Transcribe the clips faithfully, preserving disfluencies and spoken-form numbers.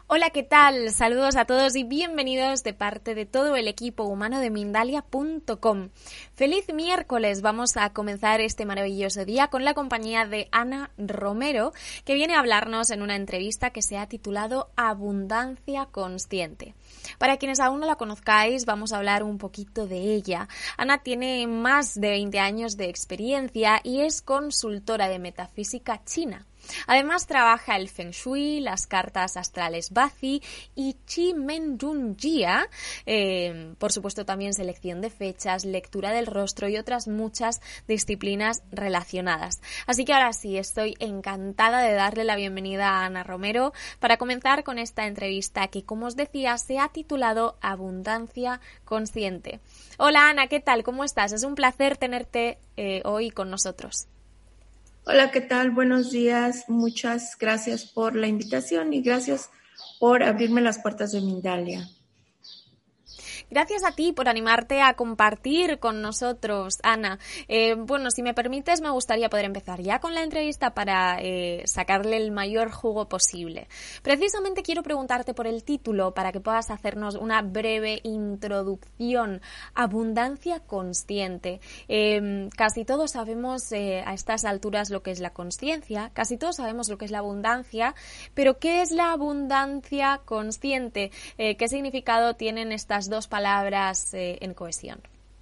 Hola, ¿qué tal? Saludos a todos y bienvenidos de parte de todo el equipo humano de Mindalia punto com. Feliz miércoles, vamos a comenzar este maravilloso día con la compañía de Ana Romero, que viene a hablarnos en una entrevista que se ha titulado Abundancia Consciente. Para quienes aún no la conozcáis, vamos a hablar un poquito de ella. Ana tiene más de veinte años de experiencia y es consultora de metafísica china. Además trabaja el Feng Shui, las cartas astrales Bazi y Chi Men Dun Jia, eh, por supuesto también selección de fechas, lectura del rostro y otras muchas disciplinas relacionadas. Así que ahora sí, estoy encantada de darle la bienvenida a Ana Romero para comenzar con esta entrevista que, como os decía, se ha titulado Abundancia Consciente. Hola Ana, ¿qué tal? ¿Cómo estás? Es un placer tenerte eh, hoy con nosotros. Hola, ¿qué tal? Buenos días. Muchas gracias por la invitación y gracias por abrirme las puertas de Mindalia. Gracias a ti por animarte a compartir con nosotros, Ana. Eh, bueno, si me permites, me gustaría poder empezar ya con la entrevista para eh, sacarle el mayor jugo posible. Precisamente quiero preguntarte por el título para que puedas hacernos una breve introducción. Abundancia consciente. Eh, casi todos sabemos eh, a estas alturas lo que es la consciencia, casi todos sabemos lo que es la abundancia, pero ¿qué es la abundancia consciente? Eh, ¿Qué significado tienen estas dos palabras? palabras eh, en cohesión?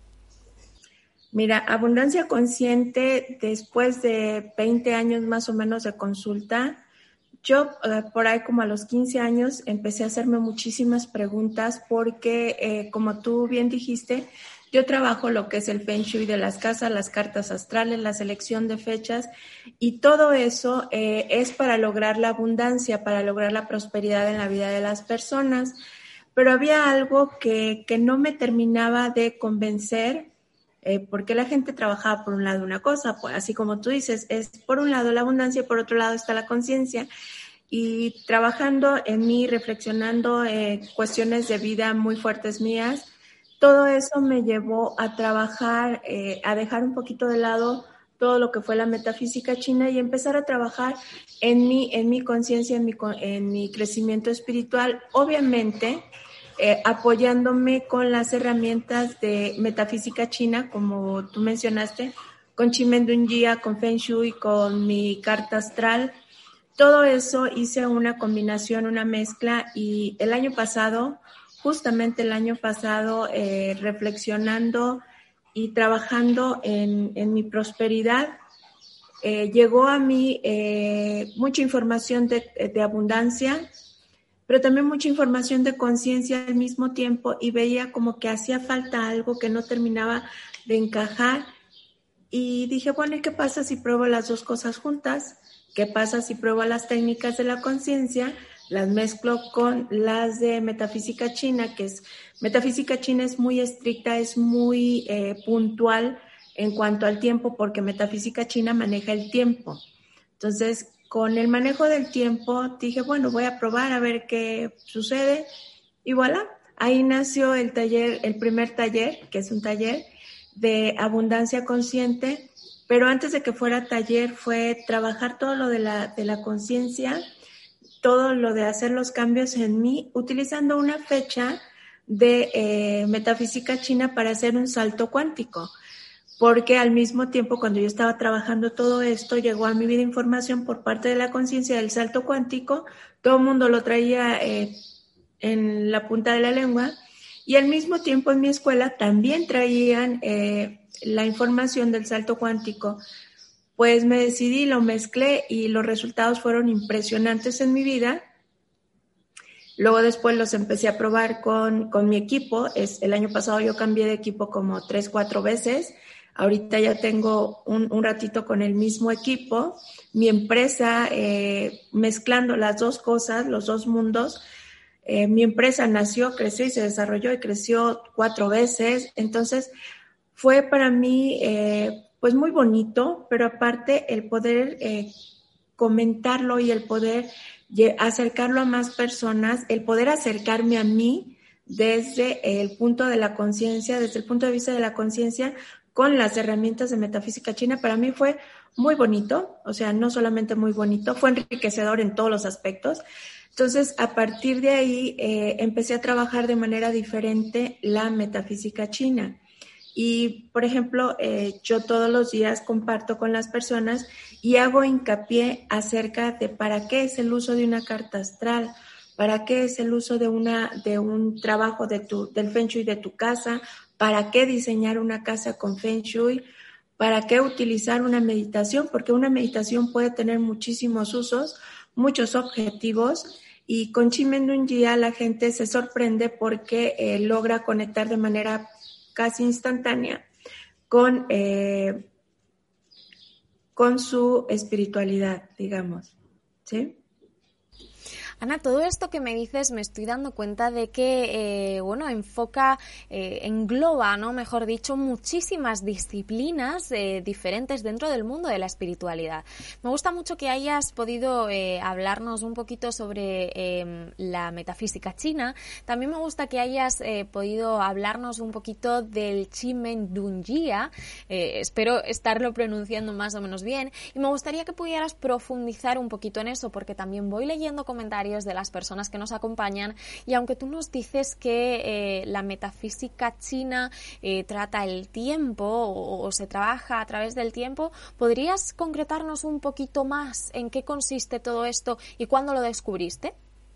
Mira, abundancia consciente, después de veinte años más o menos de consulta, yo eh, por ahí como a los quince años empecé a hacerme muchísimas preguntas porque, eh, como tú bien dijiste, yo trabajo lo que es el Feng Shui de las casas, las cartas astrales, la selección de fechas y todo eso eh, es para lograr la abundancia, para lograr la prosperidad en la vida de las personas. Pero había algo que, que no me terminaba de convencer, eh, porque la gente trabajaba por un lado una cosa, pues así como tú dices, es por un lado la abundancia y por otro lado está la conciencia. Y trabajando en mí, reflexionando eh, cuestiones de vida muy fuertes mías, todo eso me llevó a trabajar, eh, a dejar un poquito de lado todo lo que fue la metafísica china y empezar a trabajar en mí, en mi conciencia, en mi, en mi crecimiento espiritual, obviamente eh, apoyándome con las herramientas de metafísica china, como tú mencionaste, con Chi Men Dun Jia, con Feng Shui, con mi carta astral. Todo eso hice una combinación, una mezcla y el año pasado, justamente el año pasado, eh, reflexionando y trabajando en, en mi prosperidad, eh, llegó a mí eh, mucha información de, de abundancia, pero también mucha información de conciencia al mismo tiempo y veía como que hacía falta algo que no terminaba de encajar y dije, bueno, ¿y qué pasa si pruebo las dos cosas juntas? ¿Qué pasa si pruebo las técnicas de la conciencia? Las mezclo con las de metafísica china, que es, metafísica china es muy estricta, es muy eh, puntual en cuanto al tiempo, porque metafísica china maneja el tiempo. Entonces, con el manejo del tiempo, dije, bueno, voy a probar a ver qué sucede. Y voilà, ahí nació el taller, el primer taller, que es un taller de abundancia consciente, pero antes de que fuera taller fue trabajar todo lo de la, de la conciencia, todo lo de hacer los cambios en mí, utilizando una fecha de eh, metafísica china para hacer un salto cuántico. Porque al mismo tiempo, cuando yo estaba trabajando todo esto, llegó a mi vida información por parte de la conciencia del salto cuántico, todo el mundo lo traía eh, en la punta de la lengua, y al mismo tiempo en mi escuela también traían eh, la información del salto cuántico. Pues me decidí, lo mezclé y los resultados fueron impresionantes en mi vida. Luego después los empecé a probar con, con mi equipo. Es, el año pasado yo cambié de equipo como tres, cuatro veces. Ahorita ya tengo un, un ratito con el mismo equipo. Mi empresa, eh, mezclando las dos cosas, los dos mundos, eh, mi empresa nació, creció y se desarrolló y creció cuatro veces. Entonces fue para mí eh, pues muy bonito, pero aparte el poder eh, comentarlo y el poder acercarlo a más personas, el poder acercarme a mí desde el punto de la conciencia, desde el punto de vista de la conciencia, con las herramientas de metafísica china, para mí fue muy bonito, o sea, no solamente muy bonito, fue enriquecedor en todos los aspectos. Entonces, a partir de ahí, eh, empecé a trabajar de manera diferente la metafísica china. Y, por ejemplo, eh, yo todos los días comparto con las personas y hago hincapié acerca de para qué es el uso de una carta astral, para qué es el uso de, una, de un trabajo de tu, del Feng Shui de tu casa, para qué diseñar una casa con Feng Shui, para qué utilizar una meditación, porque una meditación puede tener muchísimos usos, muchos objetivos. Y con Chimendun Jia la gente se sorprende porque eh, logra conectar de manera casi instantánea con, eh, con su espiritualidad, digamos, ¿sí? Ana, todo esto que me dices me estoy dando cuenta de que, eh, bueno, enfoca, eh, engloba, ¿no? Mejor dicho, muchísimas disciplinas eh, diferentes dentro del mundo de la espiritualidad. Me gusta mucho que hayas podido eh, hablarnos un poquito sobre eh, la metafísica china. También me gusta que hayas eh, podido hablarnos un poquito del Chimendun Jia. Eh, espero estarlo pronunciando más o menos bien. Y me gustaría que pudieras profundizar un poquito en eso, porque también voy leyendo comentarios de las personas que nos acompañan y aunque tú nos dices que eh, la metafísica china eh, trata el tiempo o, o se trabaja a través del tiempo, ¿podrías concretarnos un poquito más en qué consiste todo esto y cuándo lo descubriste?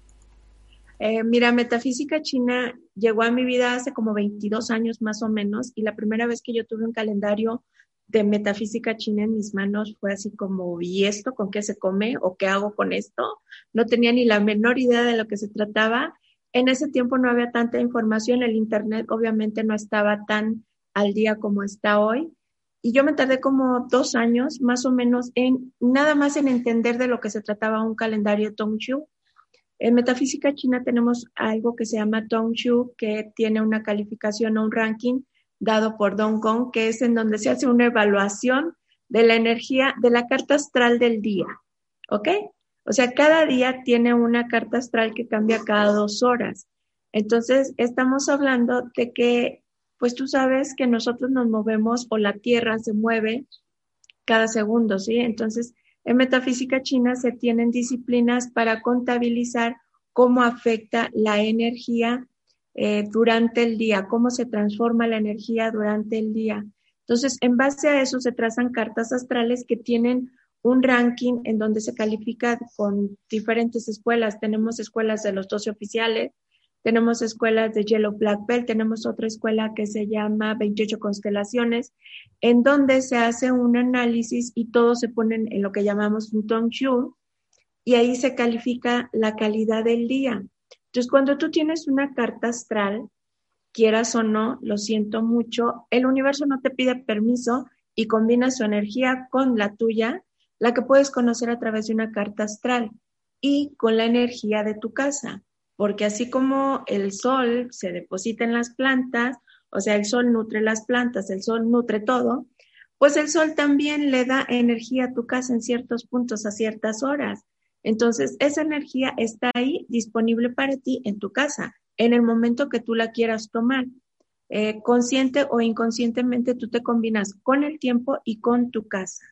Eh, mira, metafísica china llegó a mi vida hace como veintidós años más o menos y la primera vez que yo tuve un calendario de metafísica china en mis manos fue así como, ¿y esto con qué se come o qué hago con esto? No tenía ni la menor idea de lo que se trataba. En ese tiempo no había tanta información, el internet obviamente no estaba tan al día como está hoy. Y yo me tardé como dos años más o menos en nada más en entender de lo que se trataba un calendario Tongshu. En metafísica china tenemos algo que se llama Tongshu, que tiene una calificación o un ranking dado por Dong Gong, que es en donde se hace una evaluación de la energía, de la carta astral del día, ¿ok? O sea, cada día tiene una carta astral que cambia cada dos horas. Entonces, estamos hablando de que, pues tú sabes que nosotros nos movemos o la Tierra se mueve cada segundo, ¿sí? Entonces, en metafísica china se tienen disciplinas para contabilizar cómo afecta la energía Eh, durante el día, cómo se transforma la energía durante el día. Entonces, en base a eso se trazan cartas astrales que tienen un ranking en donde se califica con diferentes escuelas. Tenemos escuelas de los doce oficiales, tenemos escuelas de Yellow Black Belt, tenemos otra escuela que se llama veintiocho constelaciones, en donde se hace un análisis y todos se ponen en lo que llamamos un Tongshu, y ahí se califica la calidad del día. Entonces, cuando tú tienes una carta astral, quieras o no, lo siento mucho, el universo no te pide permiso y combina su energía con la tuya, la que puedes conocer a través de una carta astral y con la energía de tu casa. Porque así como el sol se deposita en las plantas, o sea, el sol nutre las plantas, el sol nutre todo, pues el sol también le da energía a tu casa en ciertos puntos a ciertas horas. Entonces, esa energía está ahí disponible para ti en tu casa, en el momento que tú la quieras tomar. Eh, consciente o inconscientemente, tú te combinas con el tiempo y con tu casa.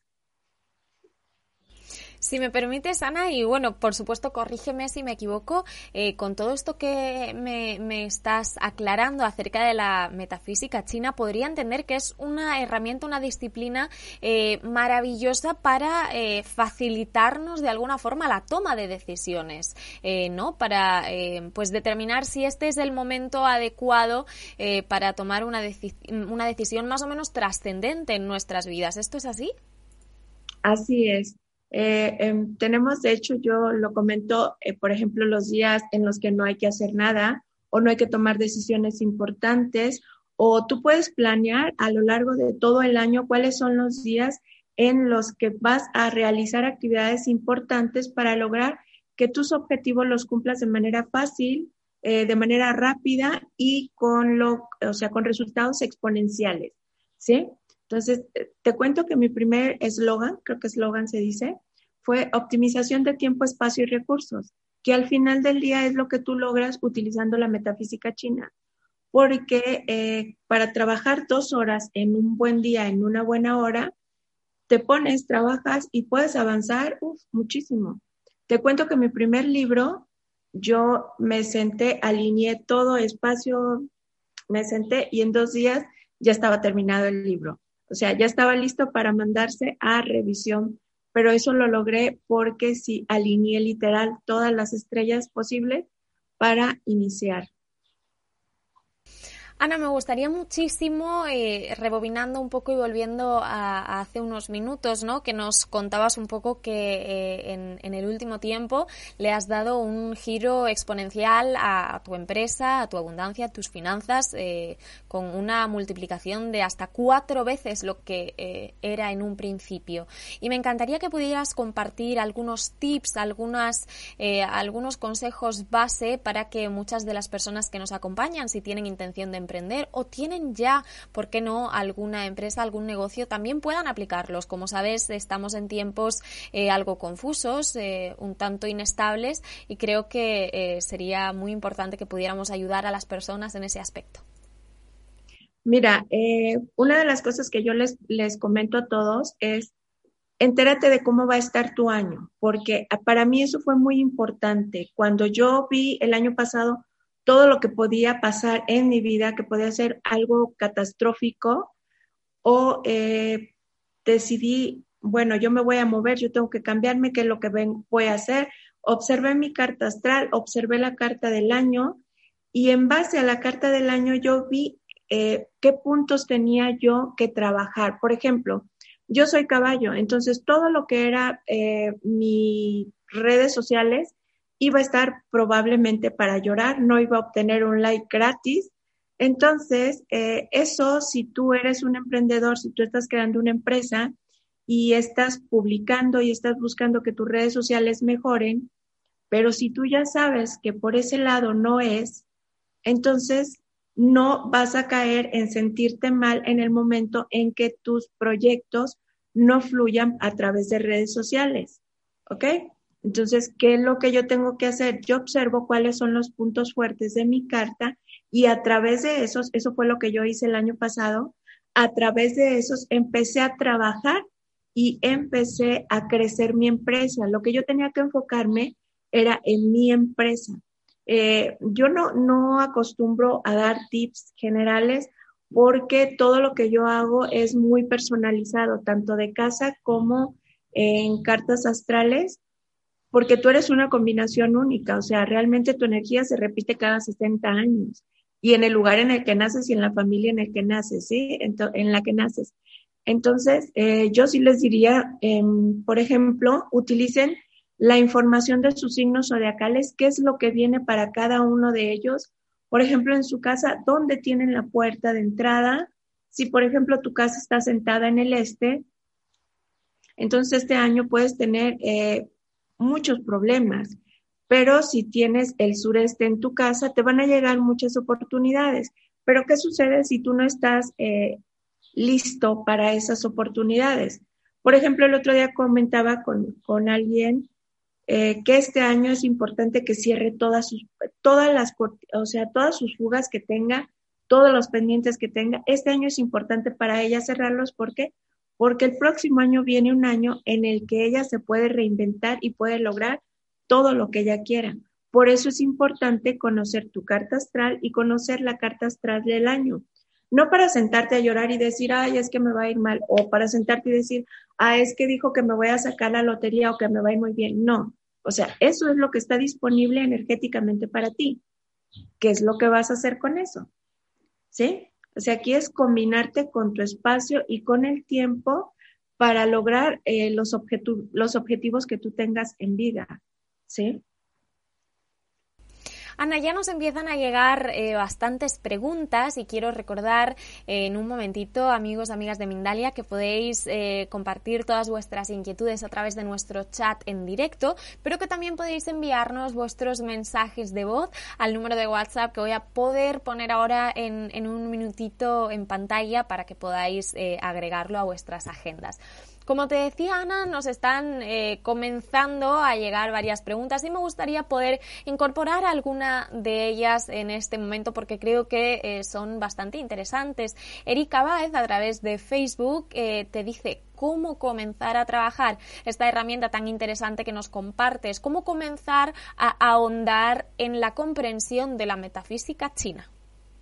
Si me permites, Ana, y bueno, por supuesto, corrígeme si me equivoco, eh, con todo esto que me, me estás aclarando acerca de la metafísica china, podría entender que es una herramienta, una disciplina eh, maravillosa para eh, facilitarnos de alguna forma la toma de decisiones, eh, ¿no? Para eh, pues determinar si este es el momento adecuado eh, para tomar una, deci- una decisión más o menos trascendente en nuestras vidas. ¿Esto es así? Así es. Eh, eh, tenemos, de hecho, yo lo comento, eh, por ejemplo, los días en los que no hay que hacer nada o no hay que tomar decisiones importantes, o tú puedes planear a lo largo de todo el año cuáles son los días en los que vas a realizar actividades importantes para lograr que tus objetivos los cumplas de manera fácil, eh, de manera rápida y con lo, o sea, con resultados exponenciales, ¿sí? Entonces, te cuento que mi primer eslogan, creo que eslogan se dice, fue optimización de tiempo, espacio y recursos, que al final del día es lo que tú logras utilizando la metafísica china. porque eh, para trabajar dos horas en un buen día, en una buena hora, te pones, trabajas y puedes avanzar uf, muchísimo. Te cuento que mi primer libro, yo me senté, alineé todo espacio, me senté y en dos días ya estaba terminado el libro. O sea, ya estaba listo para mandarse a revisión, pero eso lo logré porque sí alineé literal todas las estrellas posibles para iniciar. Ana, me gustaría muchísimo, eh, rebobinando un poco y volviendo a, a hace unos minutos, ¿no? Que nos contabas un poco que eh, en, en el último tiempo le has dado un giro exponencial a, a tu empresa, a tu abundancia, a tus finanzas, eh, con una multiplicación de hasta cuatro veces lo que eh, era en un principio. Y me encantaría que pudieras compartir algunos tips, algunas, eh, algunos consejos base para que muchas de las personas que nos acompañan, si tienen intención de emprender o tienen ya, ¿por qué no?, alguna empresa, algún negocio, también puedan aplicarlos. Como sabes, estamos en tiempos eh, algo confusos, eh, un tanto inestables, y creo que eh, sería muy importante que pudiéramos ayudar a las personas en ese aspecto. Mira, eh, una de las cosas que yo les, les comento a todos es entérate de cómo va a estar tu año, porque para mí eso fue muy importante. Cuando yo vi el año pasado todo lo que podía pasar en mi vida, que podía ser algo catastrófico, o eh, decidí, bueno, yo me voy a mover, yo tengo que cambiarme, ¿qué es lo que ven, voy a hacer? Observé mi carta astral, observé la carta del año, y en base a la carta del año yo vi eh, qué puntos tenía yo que trabajar. Por ejemplo, yo soy caballo, entonces todo lo que era eh, mis redes sociales iba a estar probablemente para llorar, no iba a obtener un like gratis. Entonces, eh, eso, si tú eres un emprendedor, si tú estás creando una empresa y estás publicando y estás buscando que tus redes sociales mejoren, pero si tú ya sabes que por ese lado no es, entonces no vas a caer en sentirte mal en el momento en que tus proyectos no fluyan a través de redes sociales, ¿ok? Entonces, ¿qué es lo que yo tengo que hacer? Yo observo cuáles son los puntos fuertes de mi carta y a través de esos, eso fue lo que yo hice el año pasado, a través de esos empecé a trabajar y empecé a crecer mi empresa. Lo que yo tenía que enfocarme era en mi empresa. Eh, yo no, no acostumbro a dar tips generales porque todo lo que yo hago es muy personalizado, tanto de casa como en cartas astrales, porque tú eres una combinación única, o sea, realmente tu energía se repite cada sesenta años y en el lugar en el que naces y en la familia en el que naces, ¿sí? Ento- en la que naces. Entonces, eh, yo sí les diría, eh, por ejemplo, utilicen la información de sus signos zodiacales, qué es lo que viene para cada uno de ellos. Por ejemplo, en su casa, ¿dónde tienen la puerta de entrada? Si, por ejemplo, tu casa está sentada en el este, entonces este año puedes tener eh, muchos problemas. Pero si tienes el sureste en tu casa, te van a llegar muchas oportunidades. Pero ¿qué sucede si tú no estás eh, listo para esas oportunidades? Por ejemplo, el otro día comentaba con, con alguien eh, que este año es importante que cierre todas sus, todas las, o sea, todas sus fugas que tenga, todos los pendientes que tenga. Este año es importante para ella cerrarlos. ¿Por qué? Porque el próximo año viene un año en el que ella se puede reinventar y puede lograr todo lo que ella quiera. Por eso es importante conocer tu carta astral y conocer la carta astral del año. No para sentarte a llorar y decir, ay, es que me va a ir mal, o para sentarte y decir, ah, es que dijo que me voy a sacar la lotería o que me va a ir muy bien. No, o sea, eso es lo que está disponible energéticamente para ti. ¿Qué es lo que vas a hacer con eso? ¿Sí? O sea, aquí es combinarte con tu espacio y con el tiempo para lograr eh, los, objetu- los objetivos que tú tengas en vida. ¿Sí? Ana, ya nos empiezan a llegar eh, bastantes preguntas y quiero recordar eh, en un momentito, amigos, amigas de Mindalia, que podéis eh, compartir todas vuestras inquietudes a través de nuestro chat en directo, pero que también podéis enviarnos vuestros mensajes de voz al número de WhatsApp que voy a poder poner ahora en, en un minutito en pantalla para que podáis eh, agregarlo a vuestras agendas. Como te decía, Ana, nos están eh, comenzando a llegar varias preguntas y me gustaría poder incorporar alguna de ellas en este momento porque creo que eh, son bastante interesantes. Erika Báez, a través de Facebook, eh, te dice: ¿cómo comenzar a trabajar esta herramienta tan interesante que nos compartes? ¿Cómo comenzar a ahondar en la comprensión de la metafísica china?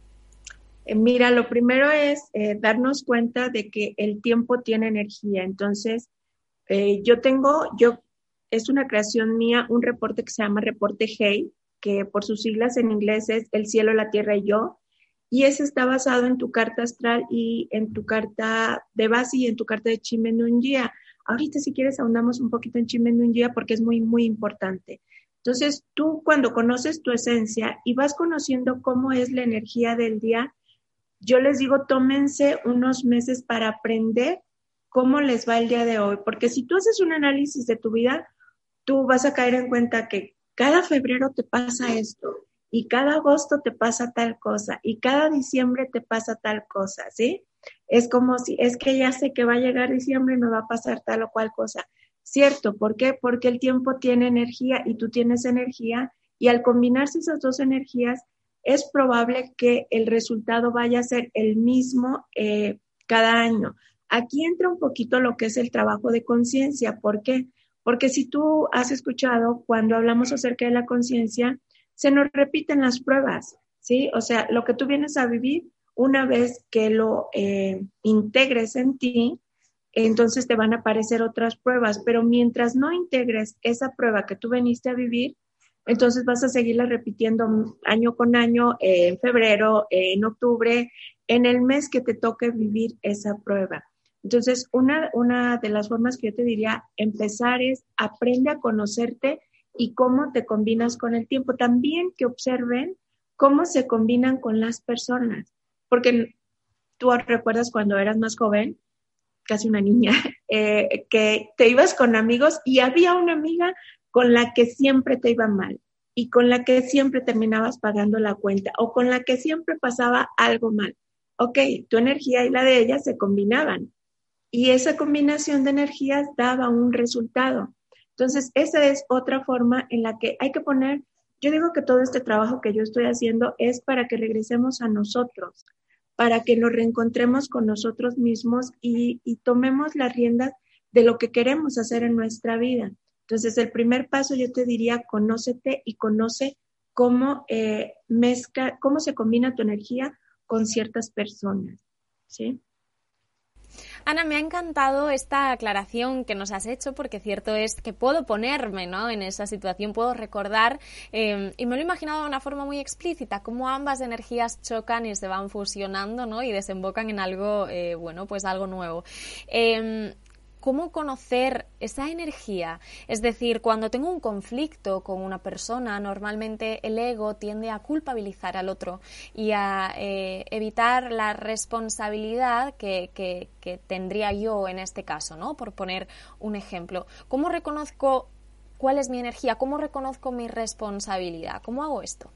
Mira, lo primero es eh, darnos cuenta de que el tiempo tiene energía. Entonces, eh, yo tengo, yo es una creación mía, un reporte que se llama Reporte Hey, que por sus siglas en inglés es El cielo, la tierra y yo. Y ese está basado en tu carta astral y en tu carta de base y en tu carta de Chimenunjia. Ahorita, si quieres, ahondamos un poquito en Chimenunjia porque es muy, muy importante. Entonces, tú cuando conoces tu esencia y vas conociendo cómo es la energía del día, yo les digo, tómense unos meses para aprender cómo les va el día de hoy, porque si tú haces un análisis de tu vida, tú vas a caer en cuenta que cada febrero te pasa esto, y cada agosto te pasa tal cosa, y cada diciembre te pasa tal cosa, ¿sí? Es como si, es que ya sé que va a llegar diciembre y me va a pasar tal o cual cosa. ¿Cierto? ¿Por qué? Porque el tiempo tiene energía y tú tienes energía, y al combinarse esas dos energías, es probable que el resultado vaya a ser el mismo eh, cada año. Aquí entra un poquito lo que es el trabajo de conciencia. ¿Por qué? Porque si tú has escuchado, cuando hablamos acerca de la conciencia, se nos repiten las pruebas, ¿sí? O sea, lo que tú vienes a vivir, una vez que lo eh, integres en ti, entonces te van a aparecer otras pruebas, pero mientras no integres esa prueba que tú veniste a vivir, entonces vas a seguirla repitiendo año con año, eh, en febrero, eh, en octubre, en el mes que te toque vivir esa prueba. Entonces, una, una de las formas que yo te diría empezar es aprende a conocerte y cómo te combinas con el tiempo. También que observen cómo se combinan con las personas. Porque tú recuerdas cuando eras más joven, casi una niña, eh, que te ibas con amigos y había una amiga con la que siempre te iba mal y con la que siempre terminabas pagando la cuenta o con la que siempre pasaba algo mal. Ok, tu energía y la de ella se combinaban y esa combinación de energías daba un resultado. Entonces, esa es otra forma en la que hay que poner, yo digo que todo este trabajo que yo estoy haciendo es para que regresemos a nosotros, para que nos reencontremos con nosotros mismos y, y tomemos las riendas de lo que queremos hacer en nuestra vida. Entonces, el primer paso yo te diría, conócete y conoce cómo, eh, mezcla, cómo se combina tu energía con ciertas personas, ¿sí? Ana, me ha encantado esta aclaración que nos has hecho porque cierto es que puedo ponerme, ¿no?, en esa situación, puedo recordar eh, y me lo he imaginado de una forma muy explícita, cómo ambas energías chocan y se van fusionando, ¿no?, y desembocan en algo, eh, bueno, pues algo nuevo. Eh, ¿Cómo conocer esa energía? Es decir, cuando tengo un conflicto con una persona, normalmente el ego tiende a culpabilizar al otro y a eh, evitar la responsabilidad que, que, que tendría yo en este caso, ¿no? Por poner un ejemplo. ¿Cómo reconozco cuál es mi energía? ¿Cómo reconozco mi responsabilidad? ¿Cómo hago esto?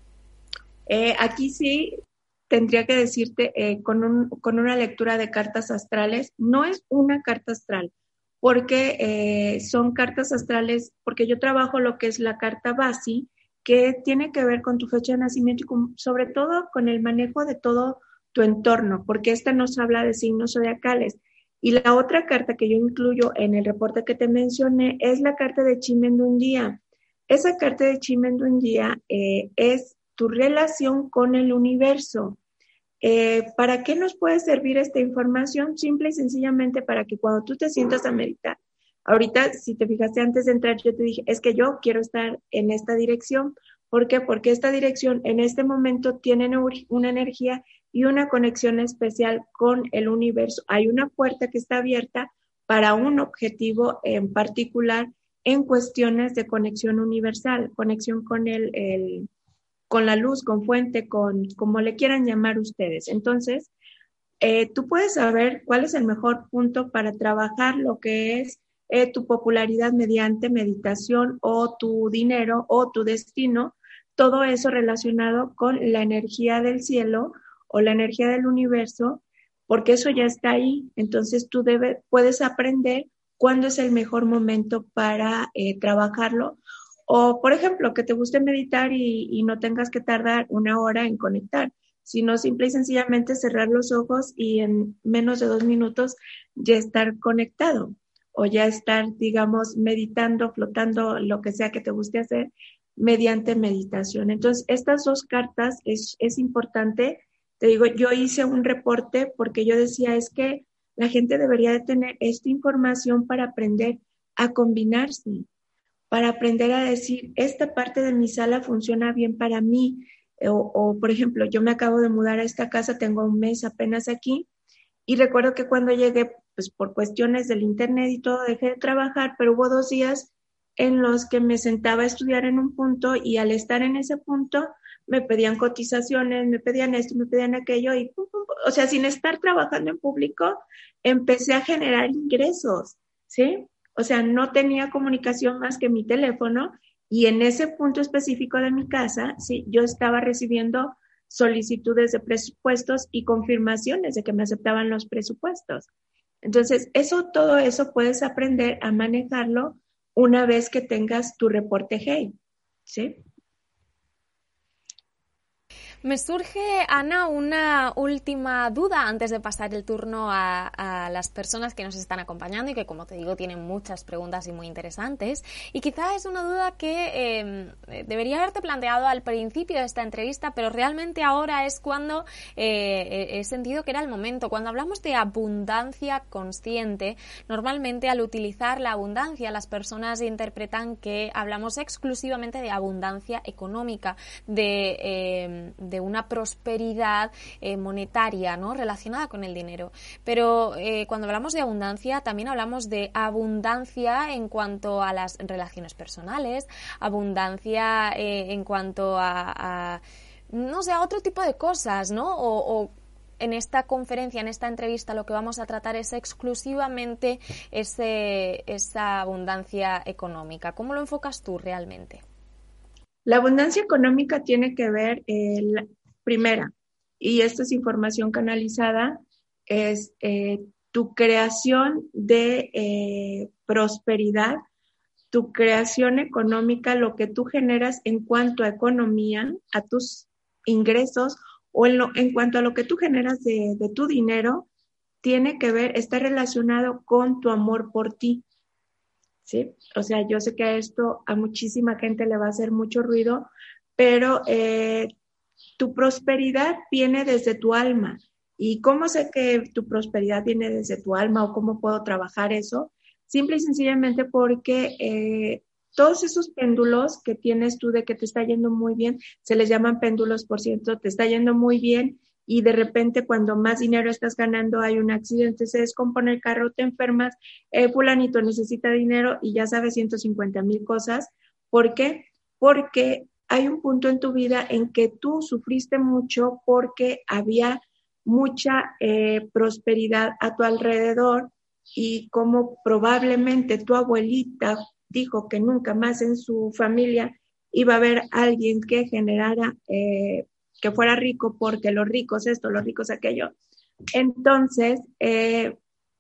Eh, aquí sí tendría que decirte eh, con, un, con una lectura de cartas astrales. No es una carta astral, porque eh, son cartas astrales, porque yo trabajo lo que es la carta base, que tiene que ver con tu fecha de nacimiento y con, sobre todo con el manejo de todo tu entorno, porque esta nos habla de signos zodiacales. Y la otra carta que yo incluyo en el reporte que te mencioné es la carta de Chimenunjia. Esa carta de Chimenunjia eh, es tu relación con el universo. Eh, ¿Para qué nos puede servir esta información? Simple y sencillamente para que cuando tú te sientas a meditar, ahorita si te fijaste antes de entrar yo te dije, es que yo quiero estar en esta dirección. ¿Por qué? Porque esta dirección en este momento tiene una energía y una conexión especial con el universo. Hay una puerta que está abierta para un objetivo en particular en cuestiones de conexión universal, conexión con el, el con la luz, con fuente, con como le quieran llamar ustedes. Entonces, eh, tú puedes saber cuál es el mejor punto para trabajar lo que es eh, tu popularidad mediante meditación o tu dinero o tu destino, todo eso relacionado con la energía del cielo o la energía del universo porque eso ya está ahí. Entonces tú debes, puedes aprender cuándo es el mejor momento para eh, trabajarlo. O, por ejemplo, que te guste meditar y, y no tengas que tardar una hora en conectar, sino simple y sencillamente cerrar los ojos y en menos de dos minutos ya estar conectado o ya estar, digamos, meditando, flotando, lo que sea que te guste hacer mediante meditación. Entonces, estas dos cartas es, es importante. Te digo, yo hice un reporte porque yo decía, es que la gente debería de tener esta información para aprender a combinarse, para aprender a decir, esta parte de mi sala funciona bien para mí. O, o, por ejemplo, yo me acabo de mudar a esta casa, tengo un mes apenas aquí, y recuerdo que cuando llegué, pues por cuestiones del internet y todo, dejé de trabajar, pero hubo dos días en los que me sentaba a estudiar en un punto y al estar en ese punto me pedían cotizaciones, me pedían esto, me pedían aquello y, pum, pum, o sea, sin estar trabajando en público, empecé a generar ingresos, ¿sí? O sea, no tenía comunicación más que mi teléfono y en ese punto específico de mi casa, sí, yo estaba recibiendo solicitudes de presupuestos y confirmaciones de que me aceptaban los presupuestos. Entonces, eso, todo eso puedes aprender a manejarlo una vez que tengas tu reporte G E I, ¿sí? Me surge, Ana, una última duda antes de pasar el turno a, a las personas que nos están acompañando y que, como te digo, tienen muchas preguntas y muy interesantes. Y quizá es una duda que eh, debería haberte planteado al principio de esta entrevista, pero realmente ahora es cuando eh, he sentido que era el momento. Cuando hablamos de abundancia consciente, normalmente al utilizar la abundancia, las personas interpretan que hablamos exclusivamente de abundancia económica, de... Eh, de una prosperidad eh, monetaria, ¿no?, relacionada con el dinero. Pero eh, cuando hablamos de abundancia, también hablamos de abundancia en cuanto a las relaciones personales, abundancia eh, en cuanto a, a, no sé, a otro tipo de cosas, ¿no? O, o en esta conferencia, en esta entrevista, lo que vamos a tratar es exclusivamente ese, esa abundancia económica. ¿Cómo lo enfocas tú realmente? La abundancia económica tiene que ver, eh, la primera, y esta es información canalizada, es eh, tu creación de eh, prosperidad, tu creación económica, lo que tú generas en cuanto a economía, a tus ingresos, o en, lo, en cuanto a lo que tú generas de, de tu dinero, tiene que ver, está relacionado con tu amor por ti. ¿Sí? O sea, yo sé que a esto a muchísima gente le va a hacer mucho ruido, pero eh, tu prosperidad viene desde tu alma. ¿Y cómo sé que tu prosperidad viene desde tu alma o cómo puedo trabajar eso? Simple y sencillamente porque eh, todos esos péndulos que tienes tú de que te está yendo muy bien, se les llaman péndulos, por cierto, te está yendo muy bien y de repente cuando más dinero estás ganando hay un accidente, se descompone el carro, te enfermas, eh, fulanito necesita dinero y ya sabes ciento cincuenta mil cosas. ¿Por qué? Porque hay un punto en tu vida en que tú sufriste mucho porque había mucha eh, prosperidad a tu alrededor y como probablemente tu abuelita dijo que nunca más en su familia iba a haber alguien que generara eh, que fuera rico porque los ricos esto, los ricos aquello. Entonces, eh,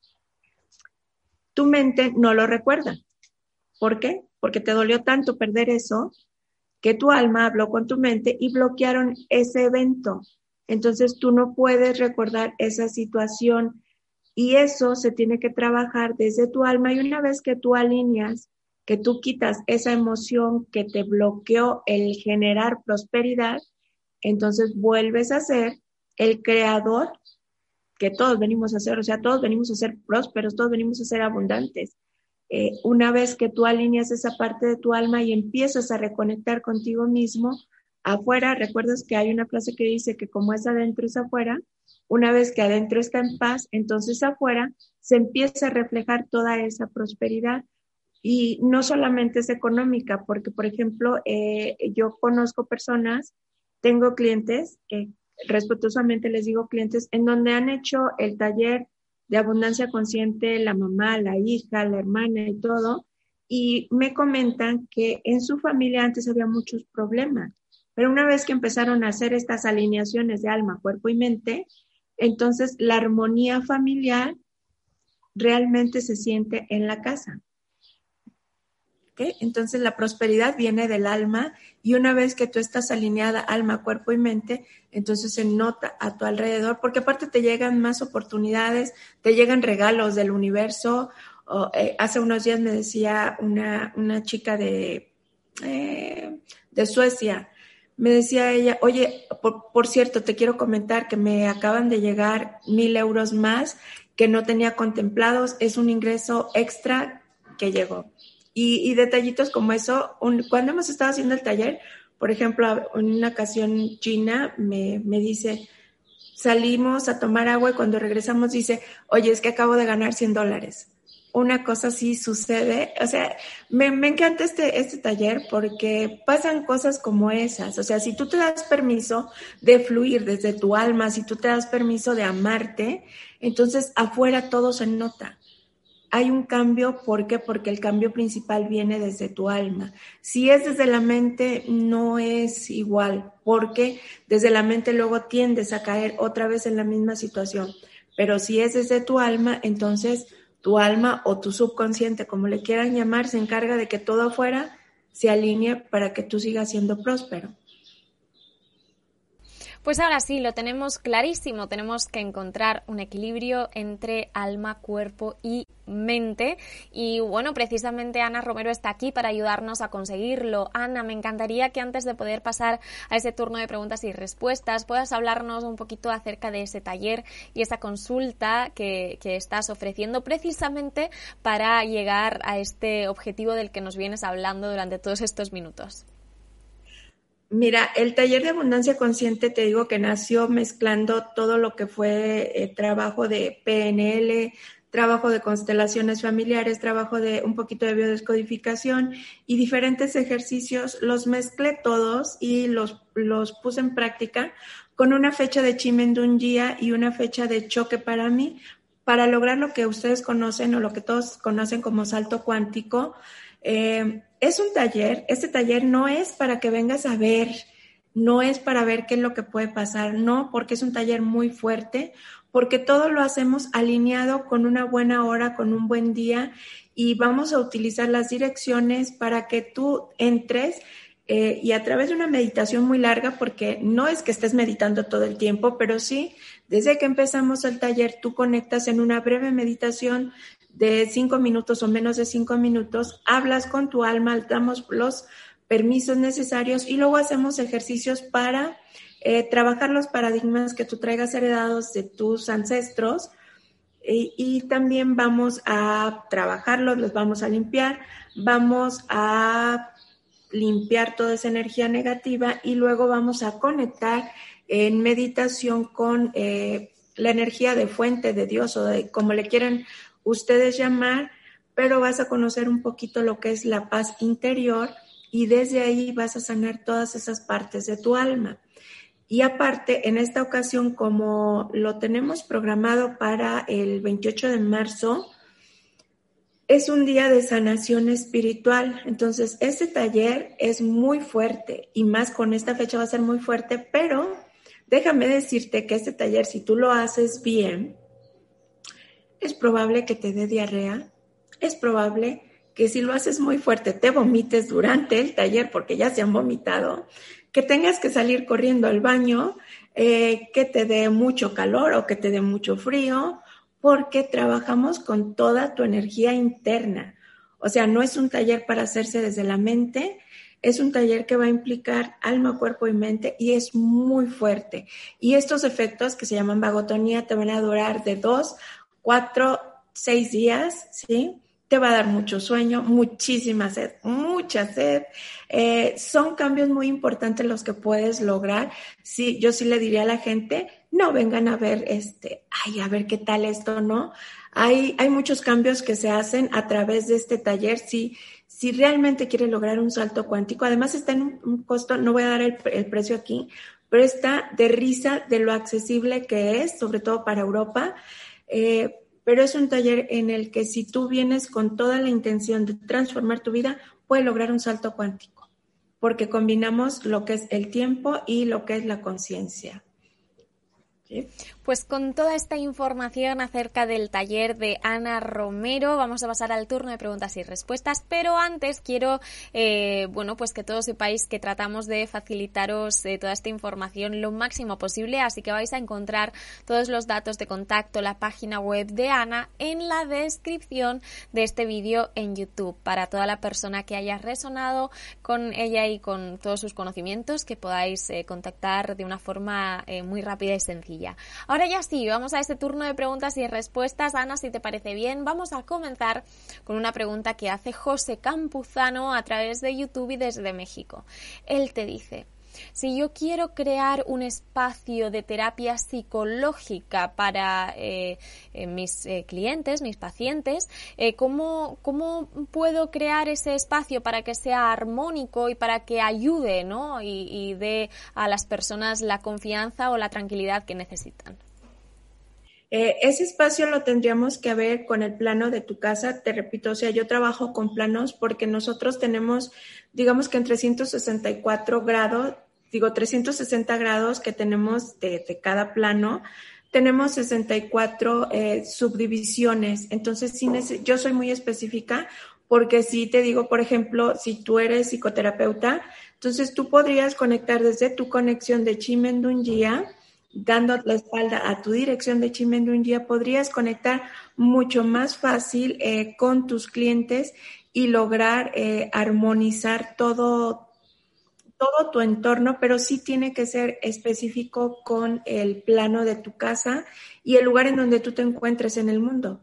tu mente no lo recuerda. ¿Por qué? Porque te dolió tanto perder eso que tu alma habló con tu mente y bloquearon ese evento. Entonces, tú no puedes recordar esa situación y eso se tiene que trabajar desde tu alma y una vez que tú alineas, que tú quitas esa emoción que te bloqueó el generar prosperidad, entonces vuelves a ser el creador que todos venimos a ser, o sea, todos venimos a ser prósperos, todos venimos a ser abundantes. Eh, una vez que tú alineas esa parte de tu alma y empiezas a reconectar contigo mismo, afuera, recuerdas que hay una frase que dice que como es adentro es afuera, una vez que adentro está en paz, entonces afuera se empieza a reflejar toda esa prosperidad. Y no solamente es económica, porque, por ejemplo, eh, yo conozco personas, tengo clientes, eh, respetuosamente les digo clientes, en donde han hecho el taller de abundancia consciente, la mamá, la hija, la hermana y todo, y me comentan que en su familia antes había muchos problemas, pero una vez que empezaron a hacer estas alineaciones de alma, cuerpo y mente, Entonces, la armonía familiar realmente se siente en la casa. ¿Okay? Entonces, la prosperidad viene del alma y una vez que tú estás alineada alma, cuerpo y mente, entonces se nota a tu alrededor, porque aparte te llegan más oportunidades, te llegan regalos del universo. O, eh, hace unos días me decía una, una chica de, eh, de Suecia, me decía ella, oye, por, por cierto, te quiero comentar que me acaban de llegar mil euros más que no tenía contemplados, es un ingreso extra que llegó. Y, y detallitos como eso, un, cuando hemos estado haciendo el taller, por ejemplo, en una ocasión Gina me, me dice, salimos a tomar agua y cuando regresamos dice, oye, es que acabo de ganar cien dólares. Una cosa así sucede, o sea, me, me encanta este, este taller porque pasan cosas como esas, o sea, si tú te das permiso de fluir desde tu alma, si tú te das permiso de amarte, entonces afuera todo se nota. Hay un cambio, ¿por qué? Porque el cambio principal viene desde tu alma. Si es desde la mente, no es igual, porque desde la mente luego tiendes a caer otra vez en la misma situación. Pero si es desde tu alma, entonces tu alma o tu subconsciente, como le quieran llamar, se encarga de que todo afuera se alinee para que tú sigas siendo próspero. Pues ahora sí, lo tenemos clarísimo. Tenemos que encontrar un equilibrio entre alma, cuerpo y mente. Y bueno, precisamente Ana Romero está aquí para ayudarnos a conseguirlo. Ana, me encantaría que antes de poder pasar a ese turno de preguntas y respuestas, puedas hablarnos un poquito acerca de ese taller y esa consulta que, que estás ofreciendo precisamente para llegar a este objetivo del que nos vienes hablando durante todos estos minutos. Mira, el taller de abundancia consciente te digo que nació mezclando todo lo que fue eh, trabajo de P N L, trabajo de constelaciones familiares, trabajo de un poquito de biodescodificación y diferentes ejercicios. Los mezclé todos y los, los puse en práctica con una fecha de Chimendungia y una fecha de choque para mí, para lograr lo que ustedes conocen o lo que todos conocen como salto cuántico. Eh, es un taller, este taller no es para que vengas a ver, no es para ver qué es lo que puede pasar, no, porque es un taller muy fuerte, porque todo lo hacemos alineado con una buena hora, con un buen día y vamos a utilizar las direcciones para que tú entres eh, y a través de una meditación muy larga, porque no es que estés meditando todo el tiempo, pero sí, desde que empezamos el taller tú conectas en una breve meditación de cinco minutos o menos de cinco minutos, hablas con tu alma, damos los permisos necesarios y luego hacemos ejercicios para eh, trabajar los paradigmas que tú traigas heredados de tus ancestros y, y también vamos a trabajarlos, los vamos a limpiar, vamos a limpiar toda esa energía negativa y luego vamos a conectar en meditación con eh, la energía de fuente de Dios o de como le quieran ustedes llamar, pero vas a conocer un poquito lo que es la paz interior y desde ahí vas a sanar todas esas partes de tu alma. Y aparte, en esta ocasión, como lo tenemos programado para el veintiocho de marzo, es un día de sanación espiritual. Entonces, este taller es muy fuerte y más con esta fecha va a ser muy fuerte, pero déjame decirte que este taller, si tú lo haces bien, es probable que te dé diarrea, es probable que si lo haces muy fuerte te vomites durante el taller porque ya se han vomitado, que tengas que salir corriendo al baño, eh, que te dé mucho calor o que te dé mucho frío, porque trabajamos con toda tu energía interna. O sea, no es un taller para hacerse desde la mente, es un taller que va a implicar alma, cuerpo y mente y es muy fuerte. Y estos efectos que se llaman vagotonía te van a durar de dos cuatro, seis días, ¿sí? Te va a dar mucho sueño, muchísima sed, mucha sed. Eh, son cambios muy importantes los que puedes lograr. Sí, yo sí le diría a la gente, no vengan a ver, este, ay, a ver qué tal esto, ¿no? Hay, hay muchos cambios que se hacen a través de este taller. Si, si realmente quieres lograr un salto cuántico, además está en un, un costo, no voy a dar el, el precio aquí, pero está de risa de lo accesible que es, sobre todo para Europa. Eh, pero es un taller en el que si tú vienes con toda la intención de transformar tu vida, puedes lograr un salto cuántico, porque combinamos lo que es el tiempo y lo que es la conciencia. ¿Sí? Pues con toda esta información acerca del taller de Ana Romero, vamos a pasar al turno de preguntas y respuestas, pero antes quiero, eh, bueno, pues que todos sepáis que tratamos de facilitaros eh, toda esta información lo máximo posible, así que vais a encontrar todos los datos de contacto, la página web de Ana en la descripción de este vídeo en YouTube, para toda la persona que haya resonado con ella y con todos sus conocimientos, que podáis eh, contactar de una forma eh, muy rápida y sencilla. Ahora ya sí, vamos a este turno de preguntas y respuestas. Ana, si te parece bien, vamos a comenzar con una pregunta que hace José Campuzano a través de YouTube y desde México. Él te dice: si yo quiero crear un espacio de terapia psicológica para eh, eh, mis eh, clientes, mis pacientes, eh, ¿cómo, ¿cómo puedo crear ese espacio para que sea armónico y para que ayude, ¿no? y, y dé a las personas la confianza o la tranquilidad que necesitan? Eh, ese espacio lo tendríamos que ver con el plano de tu casa. Te repito, o sea, yo trabajo con planos porque nosotros tenemos, digamos que en trescientos sesenta y cuatro grados, digo trescientos sesenta grados que tenemos de, de cada plano, tenemos sesenta y cuatro eh, subdivisiones. Entonces, sí, yo soy muy específica porque si te digo, por ejemplo, si tú eres psicoterapeuta, entonces tú podrías conectar desde tu conexión de Chimendungia, dando la espalda a tu dirección de Chimendungia, podrías conectar mucho más fácil eh, con tus clientes y lograr eh, armonizar todo, todo tu entorno, pero sí tiene que ser específico con el plano de tu casa y el lugar en donde tú te encuentres en el mundo.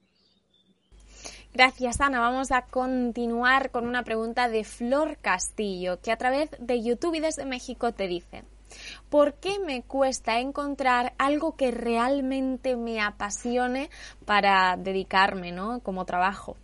Gracias, Ana. Vamos a continuar con una pregunta de Flor Castillo, que a través de YouTube y desde México te dice: ¿por qué me cuesta encontrar algo que realmente me apasione para dedicarme, ¿no? como trabajo?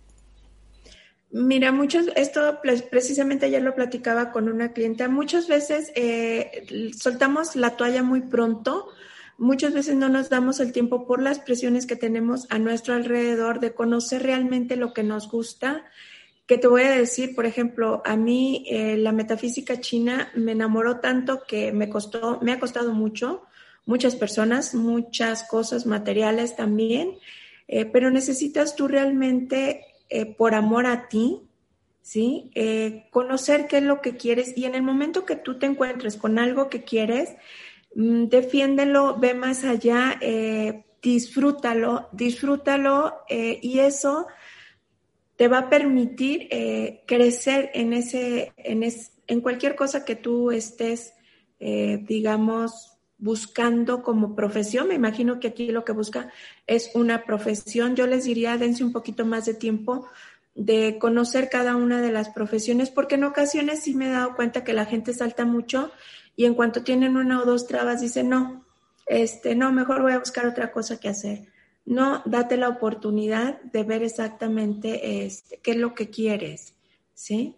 Mira, muchos, esto precisamente ayer lo platicaba con una clienta, muchas veces eh, soltamos la toalla muy pronto, muchas veces no nos damos el tiempo por las presiones que tenemos a nuestro alrededor de conocer realmente lo que nos gusta. Que te voy a decir, por ejemplo, a mí eh, la metafísica china me enamoró tanto que me costó, me ha costado mucho, muchas personas, muchas cosas materiales también, eh, pero necesitas tú realmente, eh, por amor a ti, ¿sí? Eh, conocer qué es lo que quieres y en el momento que tú te encuentres con algo que quieres, mmm, defiéndelo, ve más allá, eh, disfrútalo, disfrútalo eh, y eso te va a permitir eh, crecer en ese, en es, en cualquier cosa que tú estés, eh, digamos, buscando como profesión. Me imagino que aquí lo que busca es una profesión. Yo les diría, dense un poquito más de tiempo de conocer cada una de las profesiones, porque en ocasiones sí me he dado cuenta que la gente salta mucho y en cuanto tienen una o dos trabas dicen, no, este, no, mejor voy a buscar otra cosa que hacer. No, date la oportunidad de ver exactamente este, qué es lo que quieres, ¿sí?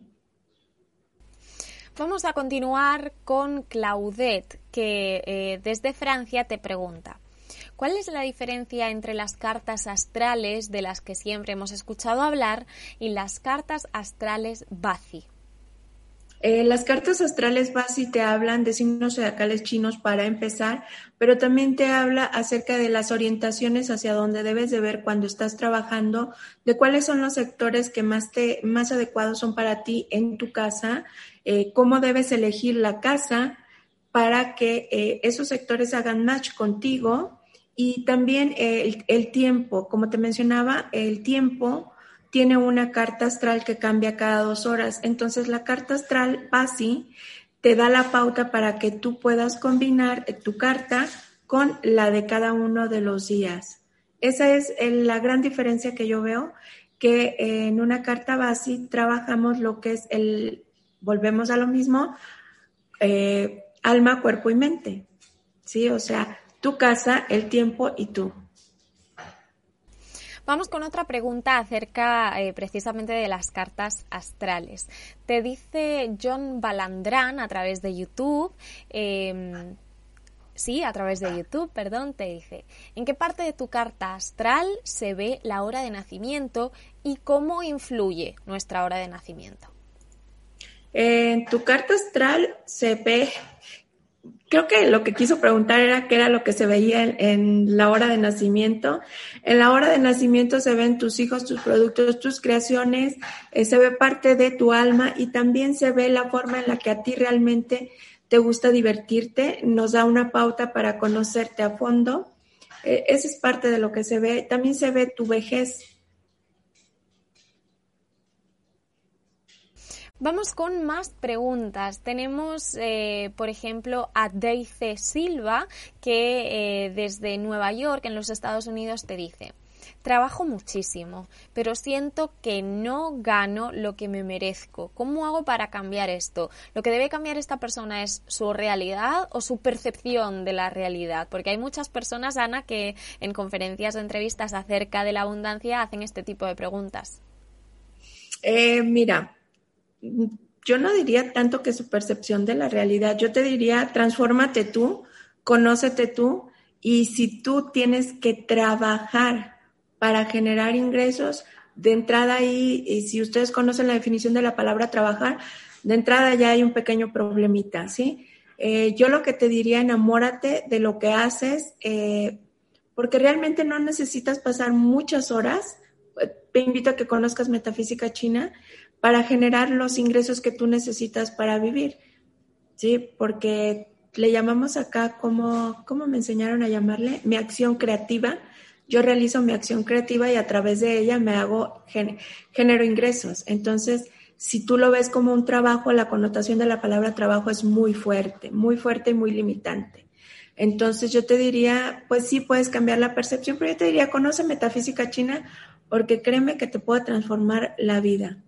Vamos a continuar con Claudette, que eh, desde Francia te pregunta: ¿cuál es la diferencia entre las cartas astrales, de las que siempre hemos escuchado hablar, y las cartas astrales Bazi? Eh, las cartas astrales Bazi te hablan de signos zodiacales chinos para empezar, pero también te habla acerca de las orientaciones hacia donde debes de ver cuando estás trabajando, de cuáles son los sectores que más, te, más adecuados son para ti en tu casa, eh, cómo debes elegir la casa para que eh, esos sectores hagan match contigo y también eh, el, el tiempo, como te mencionaba, el tiempo tiene una carta astral que cambia cada dos horas. Entonces, la carta astral Bazi te da la pauta para que tú puedas combinar tu carta con la de cada uno de los días. Esa es la gran diferencia que yo veo, que en una carta Bazi trabajamos lo que es el, volvemos a lo mismo, eh, alma, cuerpo y mente. ¿Sí? O sea, tu casa, el tiempo y tú. Vamos con otra pregunta acerca eh, precisamente de las cartas astrales. Te dice John Balandrán a través de YouTube, eh, sí, a través de YouTube, perdón, te dice: ¿en qué parte de tu carta astral se ve la hora de nacimiento y cómo influye nuestra hora de nacimiento? En tu carta astral se ve Creo que lo que quiso preguntar era qué era lo que se veía en, en la hora de nacimiento. En la hora de nacimiento se ven tus hijos, tus productos, tus creaciones, eh, se ve parte de tu alma y también se ve la forma en la que a ti realmente te gusta divertirte. Nos da una pauta para conocerte a fondo. Eh, esa es parte de lo que se ve. También se ve tu vejez. Vamos con más preguntas. Tenemos, eh, por ejemplo, a Deice Silva, que eh, desde Nueva York, en los Estados Unidos, te dice: trabajo muchísimo, pero siento que no gano lo que me merezco. ¿Cómo hago para cambiar esto? ¿Lo que debe cambiar esta persona es su realidad o su percepción de la realidad? Porque hay muchas personas, Ana, que en conferencias o entrevistas acerca de la abundancia hacen este tipo de preguntas. Eh, mira... Yo no diría tanto que su percepción de la realidad, yo te diría transfórmate tú, conócete tú y si tú tienes que trabajar para generar ingresos, de entrada ahí, y si ustedes conocen la definición de la palabra trabajar, de entrada ya hay un pequeño problemita, ¿sí? Eh, yo lo que te diría, enamórate de lo que haces, eh, porque realmente no necesitas pasar muchas horas. Te invito a que conozcas Metafísica China para generar los ingresos que tú necesitas para vivir, ¿sí? Porque le llamamos acá, como, ¿cómo me enseñaron a llamarle? Mi acción creativa. Yo realizo mi acción creativa y a través de ella me hago, genero ingresos. Entonces, si tú lo ves como un trabajo, la connotación de la palabra trabajo es muy fuerte, muy fuerte y muy limitante. Entonces, yo te diría, pues sí puedes cambiar la percepción, pero yo te diría, conoce Metafísica China porque créeme que te puede transformar la vida.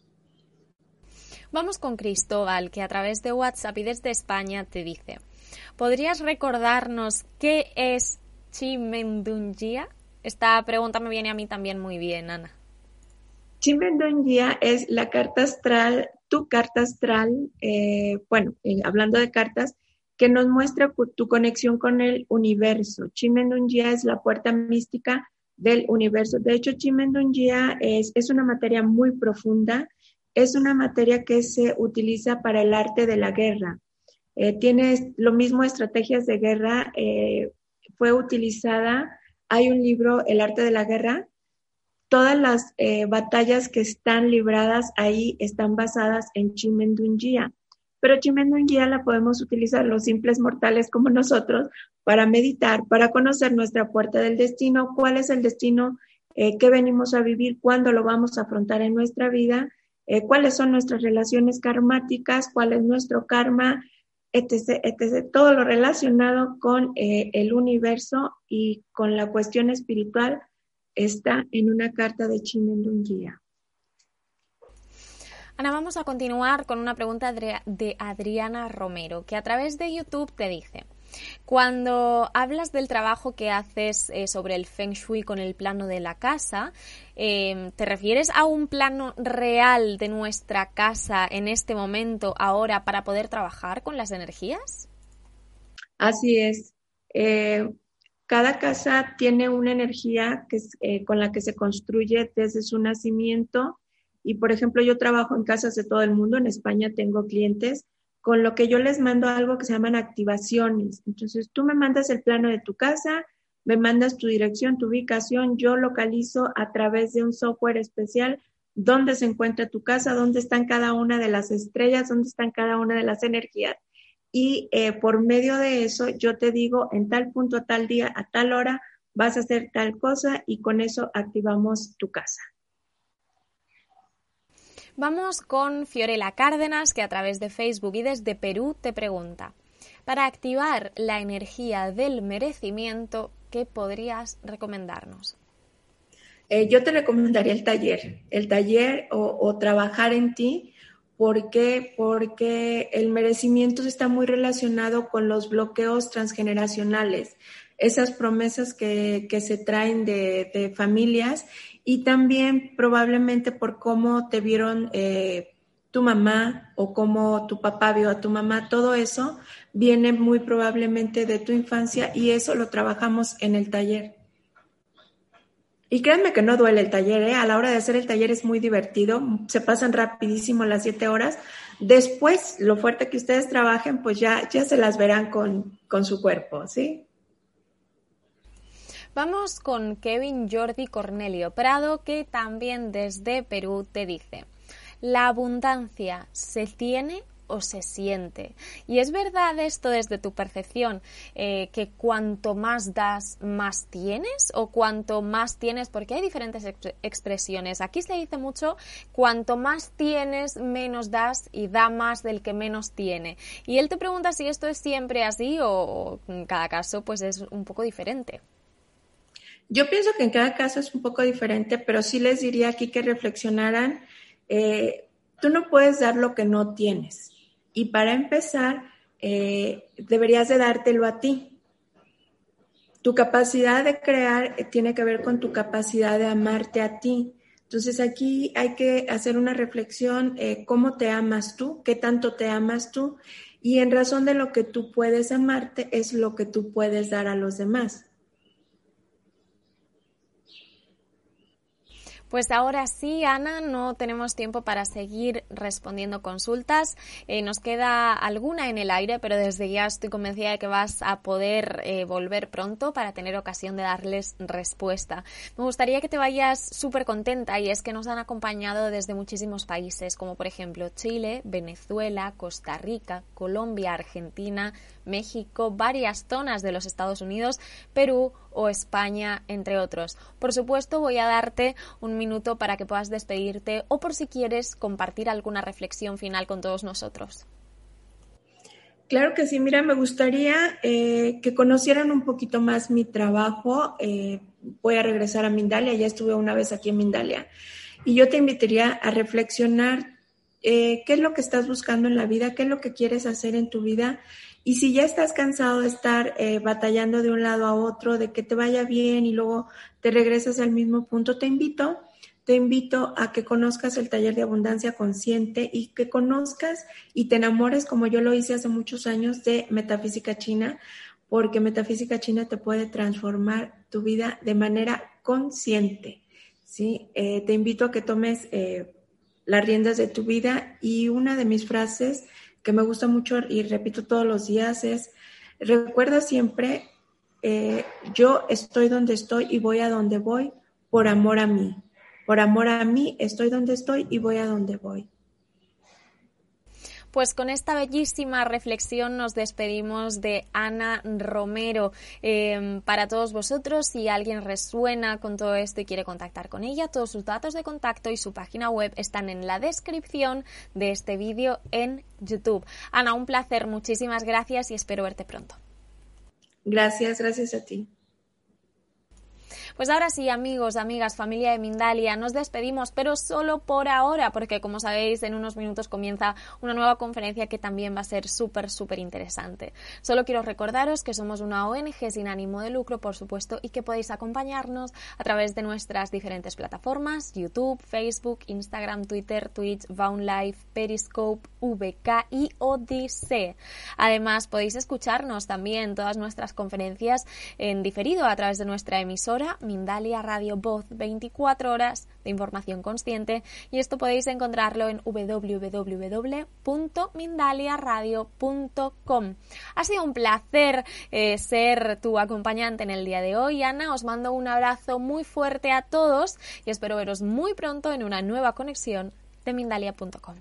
Vamos con Cristóbal, que a través de WhatsApp y desde España te dice: ¿podrías recordarnos qué es Chimendungia? Esta pregunta me viene a mí también muy bien, Ana. Chimendungia es la carta astral, tu carta astral, eh, bueno, eh, hablando de cartas, que nos muestra tu conexión con el universo. Chimendungia es la puerta mística del universo. De hecho, Chimendungia es, es una materia muy profunda. Es una materia que se utiliza para el arte de la guerra. Eh, tiene lo mismo estrategias de guerra. Eh, fue utilizada, hay un libro, El arte de la guerra. Todas las eh, batallas que están libradas ahí están basadas en Chimendungia. Pero Chimendungia la podemos utilizar los simples mortales como nosotros para meditar, para conocer nuestra puerta del destino, cuál es el destino eh, que venimos a vivir, cuándo lo vamos a afrontar en nuestra vida. Eh, cuáles son nuestras relaciones karmáticas, cuál es nuestro karma, etcétera, etcétera. Todo lo relacionado con eh, el universo y con la cuestión espiritual está en una carta de Chimendungia. Ana, vamos a continuar con una pregunta de Adriana Romero, que a través de YouTube te dice: cuando hablas del trabajo que haces eh, sobre el Feng Shui con el plano de la casa, eh, ¿te refieres a un plano real de nuestra casa en este momento, ahora, para poder trabajar con las energías? Así es. Eh, cada casa tiene una energía que es, eh, con la que se construye desde su nacimiento. Y, por ejemplo, yo trabajo en casas de todo el mundo. En España tengo clientes con lo que yo les mando algo que se llaman activaciones. Entonces, tú me mandas el plano de tu casa, me mandas tu dirección, tu ubicación, yo localizo a través de un software especial dónde se encuentra tu casa, dónde están cada una de las estrellas, dónde están cada una de las energías. Y eh, por medio de eso, yo te digo, en tal punto, a tal día, a tal hora, vas a hacer tal cosa y con eso activamos tu casa. Vamos con Fiorella Cárdenas, que a través de Facebook y desde Perú te pregunta: para activar la energía del merecimiento, ¿qué podrías recomendarnos? Eh, yo te recomendaría el taller, el taller o, o trabajar en ti. ¿Por qué? Porque el merecimiento está muy relacionado con los bloqueos transgeneracionales, esas promesas que, que se traen de, de familias y también probablemente por cómo te vieron eh, tu mamá o cómo tu papá vio a tu mamá. Todo eso viene muy probablemente de tu infancia y eso lo trabajamos en el taller. Y créanme que no duele el taller, ¿eh? A la hora de hacer el taller es muy divertido, se pasan rapidísimo las siete horas. Después, lo fuerte que ustedes trabajen, pues ya, ya se las verán con, con su cuerpo, ¿sí? Vamos con Kevin Jordi Cornelio Prado, que también desde Perú te dice: ¿la abundancia se tiene o se siente? Y es verdad esto desde tu percepción, eh, que cuanto más das, más tienes, o cuanto más tienes, porque hay diferentes exp- expresiones. Aquí se dice mucho, cuanto más tienes, menos das, y da más del que menos tiene. Y él te pregunta si esto es siempre así o, o en cada caso pues es un poco diferente. Yo pienso que en cada caso es un poco diferente, pero sí les diría aquí que reflexionaran. Eh, tú no puedes dar lo que no tienes. Y para empezar, eh, deberías de dártelo a ti. Tu capacidad de crear eh, tiene que ver con tu capacidad de amarte a ti. Entonces aquí hay que hacer una reflexión, eh, cómo te amas tú, qué tanto te amas tú, y en razón de lo que tú puedes amarte es lo que tú puedes dar a los demás. Pues ahora sí, Ana, no tenemos tiempo para seguir respondiendo consultas. Eh, nos queda alguna en el aire, pero desde ya estoy convencida de que vas a poder eh, volver pronto para tener ocasión de darles respuesta. Me gustaría que te vayas súper contenta, y es que nos han acompañado desde muchísimos países, como por ejemplo Chile, Venezuela, Costa Rica, Colombia, Argentina, México, varias zonas de los Estados Unidos, Perú o España, entre otros. Por supuesto, voy a darte un minuto para que puedas despedirte, o por si quieres compartir alguna reflexión final con todos nosotros. Claro que sí, mira, me gustaría eh, que conocieran un poquito más mi trabajo. Eh, voy a regresar a Mindalia, ya estuve una vez aquí en Mindalia, y yo te invitaría a reflexionar eh, qué es lo que estás buscando en la vida, qué es lo que quieres hacer en tu vida. Y si ya estás cansado de estar eh, batallando de un lado a otro, de que te vaya bien y luego te regresas al mismo punto, te invito, te invito a que conozcas el taller de Abundancia Consciente y que conozcas y te enamores, como yo lo hice hace muchos años, de Metafísica China, porque Metafísica China te puede transformar tu vida de manera consciente, ¿sí? Eh, te invito a que tomes eh, las riendas de tu vida, y una de mis frases que me gusta mucho y repito todos los días es: recuerda siempre, eh, yo estoy donde estoy y voy a donde voy por amor a mí. Por amor a mí estoy donde estoy y voy a donde voy. Pues con esta bellísima reflexión nos despedimos de Ana Romero. Eh, para todos vosotros, si alguien resuena con todo esto y quiere contactar con ella, todos sus datos de contacto y su página web están en la descripción de este vídeo en YouTube. Ana, un placer, muchísimas gracias y espero verte pronto. Gracias, gracias a ti. Pues ahora sí, amigos, amigas, familia de Mindalia, nos despedimos, pero solo por ahora, porque como sabéis, en unos minutos comienza una nueva conferencia que también va a ser súper, súper interesante. Solo quiero recordaros que somos una O N Ge sin ánimo de lucro, por supuesto, y que podéis acompañarnos a través de nuestras diferentes plataformas: YouTube, Facebook, Instagram, Twitter, Twitch, Vaun Live, Periscope, V K y Odisee. Además, podéis escucharnos también todas nuestras conferencias en diferido a través de nuestra emisora Mindalia Radio, voz veinticuatro horas de información consciente, y esto podéis encontrarlo en doble u doble u doble u punto mindalia radio punto com. Ha sido un placer eh, ser tu acompañante en el día de hoy, Ana. Os mando un abrazo muy fuerte a todos y espero veros muy pronto en una nueva conexión de mindalia punto com.